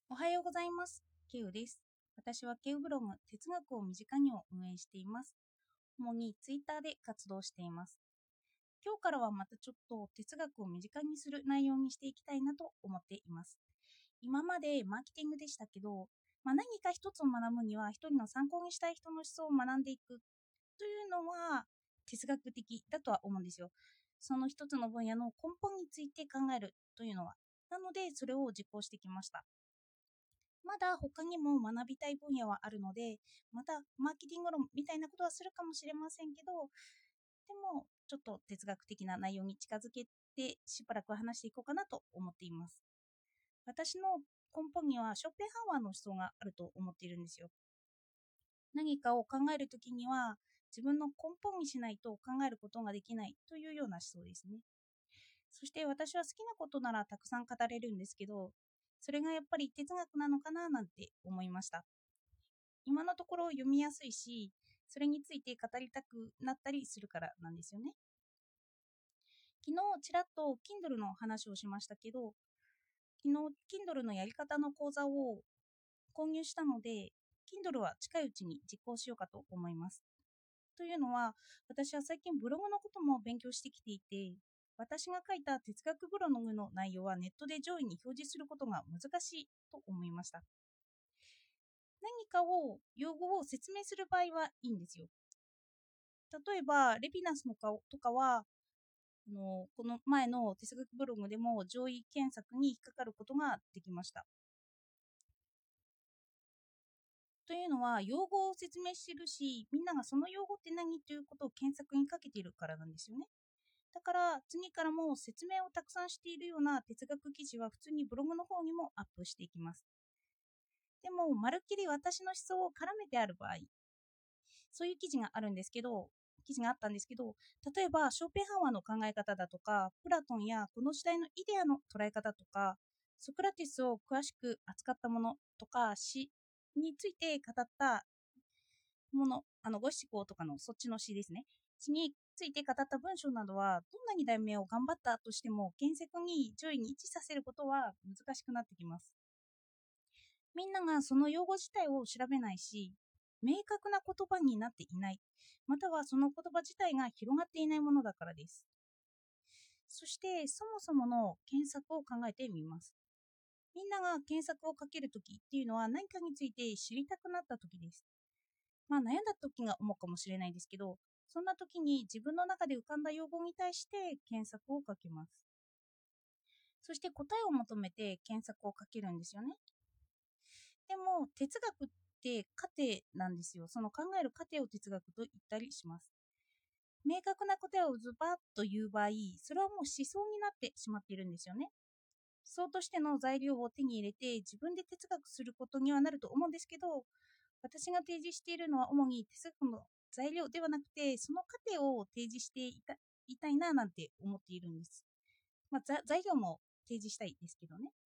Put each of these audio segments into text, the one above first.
おはようございます。ケウです。私はケウブログ哲学を身近にを運営しています。主にツイッターで活動しています。今日からはまたちょっと哲学を身近にする内容にしていきたいなと思っています。今までマーケティングでしたけど、何か一つを学ぶには一人の参考にしたい人の思想を学んでいくというのは哲学的だとは思うんですよ。その一つの分野の根本について考えるというのは。なのでそれを実行してきました。まだ他にも学びたい分野はあるので、またマーケティング論みたいなことはするかもしれませんけど、でもちょっと哲学的な内容に近づけてしばらく話していこうかなと思っています。私の根本にはショッペンハワーの思想があると思っているんですよ。何かを考えるときには自分の根本にしないと考えることができないというような思想ですね。そして私は好きなことならたくさん語れるんですけど、それがやっぱり哲学なのかななんて思いました。今のところ読みやすいし、それについて語りたくなったりするからなんですよね。昨日ちらっと Kindle の話をしましたけど、昨日 Kindle のやり方の講座を購入したので、Kindle は近いうちに実行しようかと思います。というのは、私は最近ブログのことも勉強してきていて、私が書いた哲学ブログの内容はネットで上位に表示することが難しいと思いました。何かを用語を説明する場合はいいんですよ。例えば、レヴィナスの顔とかは、この前の哲学ブログでも上位検索に引っかかることができました。というのは、用語を説明しているし、みんながその用語って何ということを検索にかけているからなんですよね。だから、次からも説明をたくさんしているような哲学記事は普通にブログの方にもアップしていきます。でも、まるっきり私の思想を絡めてある場合、そういう記事があるんですけど、記事があったんですけど、例えばショーペンハワーの考え方だとか、プラトンやこの時代のイデアの捉え方とか、ソクラティスを詳しく扱ったものとか、詩について語ったもの、五七五とかのそっちの詩ですね。詩について語った文章などは、どんなに題名を頑張ったとしても、検索に上位に位置させることは難しくなってきます。みんながその用語自体を調べないし、明確な言葉になっていない、またはその言葉自体が広がっていないものだからです。そして、そもそもの検索を考えてみます。みんなが検索をかけるときっていうのは何かについて知りたくなったときです。悩んだときが主かもしれないですけど、そんなときに自分の中で浮かんだ用語に対して検索をかけます。そして答えを求めて検索をかけるんですよね。でも哲学って過程なんですよ。その考える過程を哲学と言ったりします。明確な答えをズバッと言う場合、それはもう思想になってしまっているんですよね。思想としての材料を手に入れて自分で哲学することにはなると思うんですけど、私が提示しているのは主に哲学の材料ではなくて、その過程を提示していたいななんて思っているんです。材料も提示したいですけどね。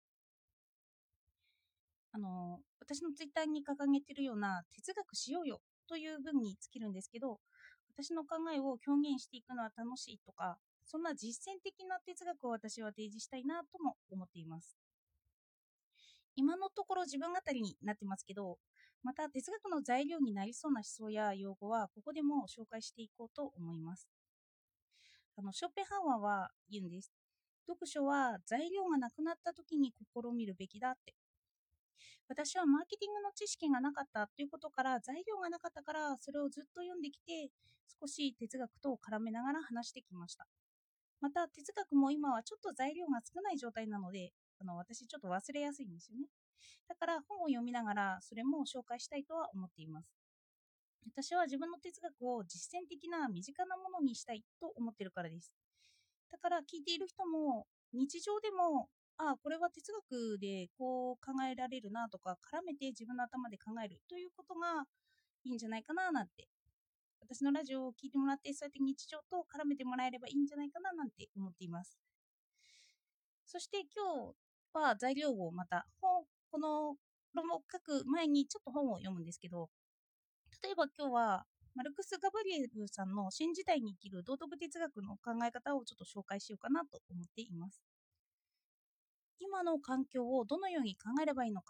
私のツイッターに掲げているような哲学しようよという文に尽きるんですけど、私の考えを表現していくのは楽しいとか、そんな実践的な哲学を私は提示したいなとも思っています。今のところ自分語りになってますけど、また哲学の材料になりそうな思想や用語はここでも紹介していこうと思います。ショーペンハワーは言うんです。読書は材料がなくなった時に試みるべきだって。私はマーケティングの知識がなかったということから、材料がなかったからそれをずっと読んできて、少し哲学と絡めながら話してきました。また哲学も今はちょっと材料が少ない状態なので、私ちょっと忘れやすいんですよね。だから本を読みながらそれも紹介したいとは思っています。私は自分の哲学を実践的な身近なものにしたいと思っているからです。だから聞いている人も日常でも、これは哲学でこう考えられるなとか絡めて自分の頭で考えるということがいいんじゃないかななんて、私のラジオを聞いてもらってそうやって日常と絡めてもらえればいいんじゃないかななんて思っています。そして今日は材料をまたこの論文を書く前にちょっと本を読むんですけど、例えば今日はマルクス・ガブリエルさんの新時代に生きる道徳哲学の考え方をちょっと紹介しようかなと思っています。今の環境をどのように考えればいいのか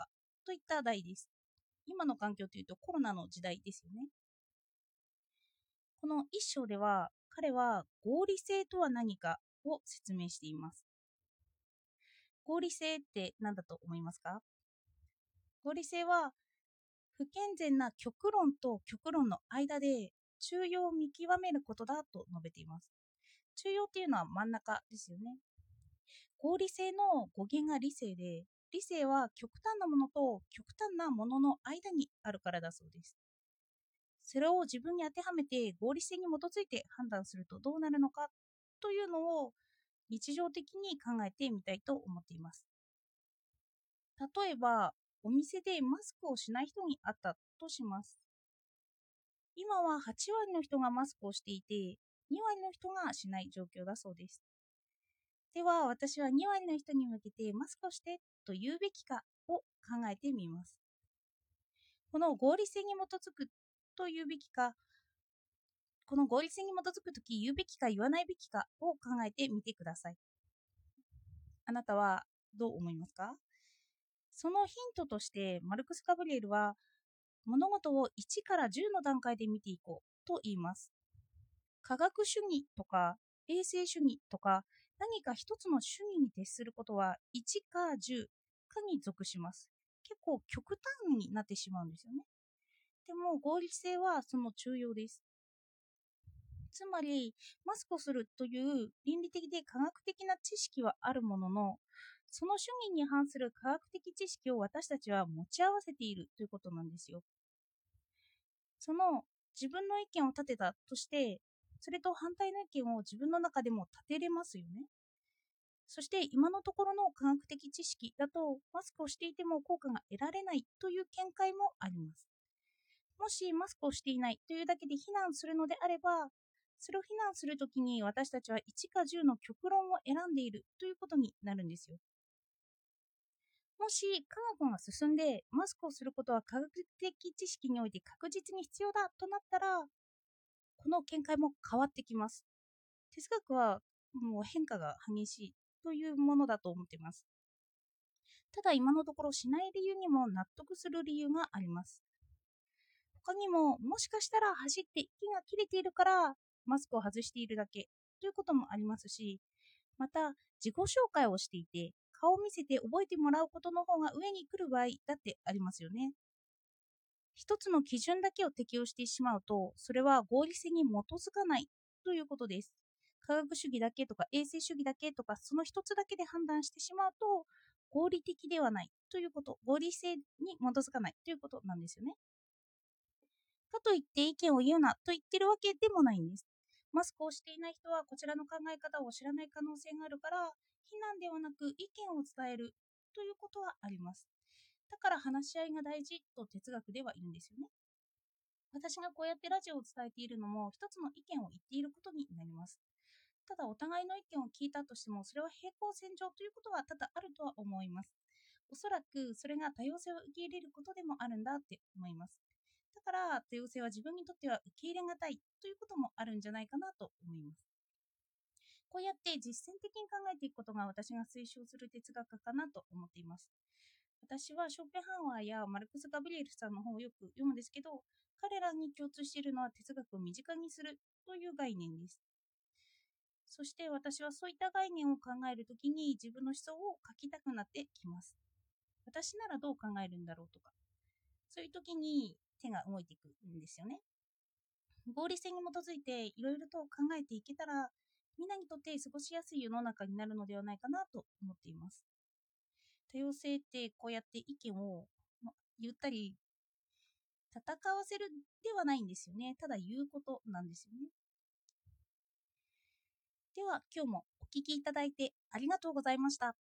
といった題です。今の環境というとコロナの時代ですよね。この一章では彼は合理性とは何かを説明しています。合理性って何だと思いますか？合理性は不健全な極論と極論の間で中庸を見極めることだと述べています。中庸っていうのは真ん中ですよね。合理性の語源が理性で、理性は極端なものと極端なものの間にあるからだそうです。それを自分に当てはめて合理性に基づいて判断するとどうなるのかというのを日常的に考えてみたいと思っています。例えば、お店でマスクをしない人に会ったとします。今は8割の人がマスクをしていて、2割の人がしない状況だそうです。では、私は2割の人に向けてマスクをしてと言うべきかを考えてみます。この合理性に基づくと言うべきか、この合理性に基づくとき言うべきか言わないべきかを考えてみてください。あなたはどう思いますか？そのヒントとしてマルクス・ガブリエルは物事を1から10の段階で見ていこうと言います。科学主義とか衛生主義とか何か一つの主義に徹することは1か10かに属します。結構極端になってしまうんですよね。でも合理性はその中庸です。つまりマスクをするという倫理的で科学的な知識はあるものの、その主義に反する科学的知識を私たちは持ち合わせているということなんですよ。その自分の意見を立てたとして、それと反対の意見を自分の中でも立てれますよね。そして今のところの科学的知識だとマスクをしていても効果が得られないという見解もあります。もしマスクをしていないというだけで非難するのであれば、それを非難するときに私たちは1か10の極論を選んでいるということになるんですよ。もし科学が進んでマスクをすることは科学的知識において確実に必要だとなったら、この見解も変わってきます。哲学はもう変化が激しいというものだと思っています。ただ今のところしない理由にも納得する理由があります。他にも、もしかしたら走って息が切れているからマスクを外しているだけということもありますし、また自己紹介をしていて顔を見せて覚えてもらうことの方が上に来る場合だってありますよね。一つの基準だけを適用してしまうと、それは合理性に基づかないということです。科学主義だけとか衛生主義だけとかその一つだけで判断してしまうと合理的ではないということ、合理性に基づかないということなんですよね。かといって意見を言うなと言ってるわけでもないんです。マスクをしていない人はこちらの考え方を知らない可能性があるから、非難ではなく意見を伝えるということはあります。だから話し合いが大事と哲学では言うんですよね。私がこうやってラジオを伝えているのも一つの意見を言っていることになります。ただお互いの意見を聞いたとしても、それは平行線上ということは多々あるとは思います。おそらくそれが多様性を受け入れることでもあるんだって思います。だから多様性は自分にとっては受け入れがたいということもあるんじゃないかなと思います。こうやって実践的に考えていくことが私が推奨する哲学かなと思っています。私はショーペンハワーやマルクス・ガブリエルさんの本をよく読むんですけど、彼らに共通しているのは哲学を身近にするという概念です。そして私はそういった概念を考えるときに自分の思想を書きたくなってきます。私ならどう考えるんだろうとか、そういう時に手が動いていくんですよね。合理性に基づいていろいろと考えていけたら、みんなにとって過ごしやすい世の中になるのではないかなと思っています。多様性ってこうやって意見を言ったり戦わせるではないんですよね。ただ言うことなんですよね。では今日もお聞きいただいてありがとうございました。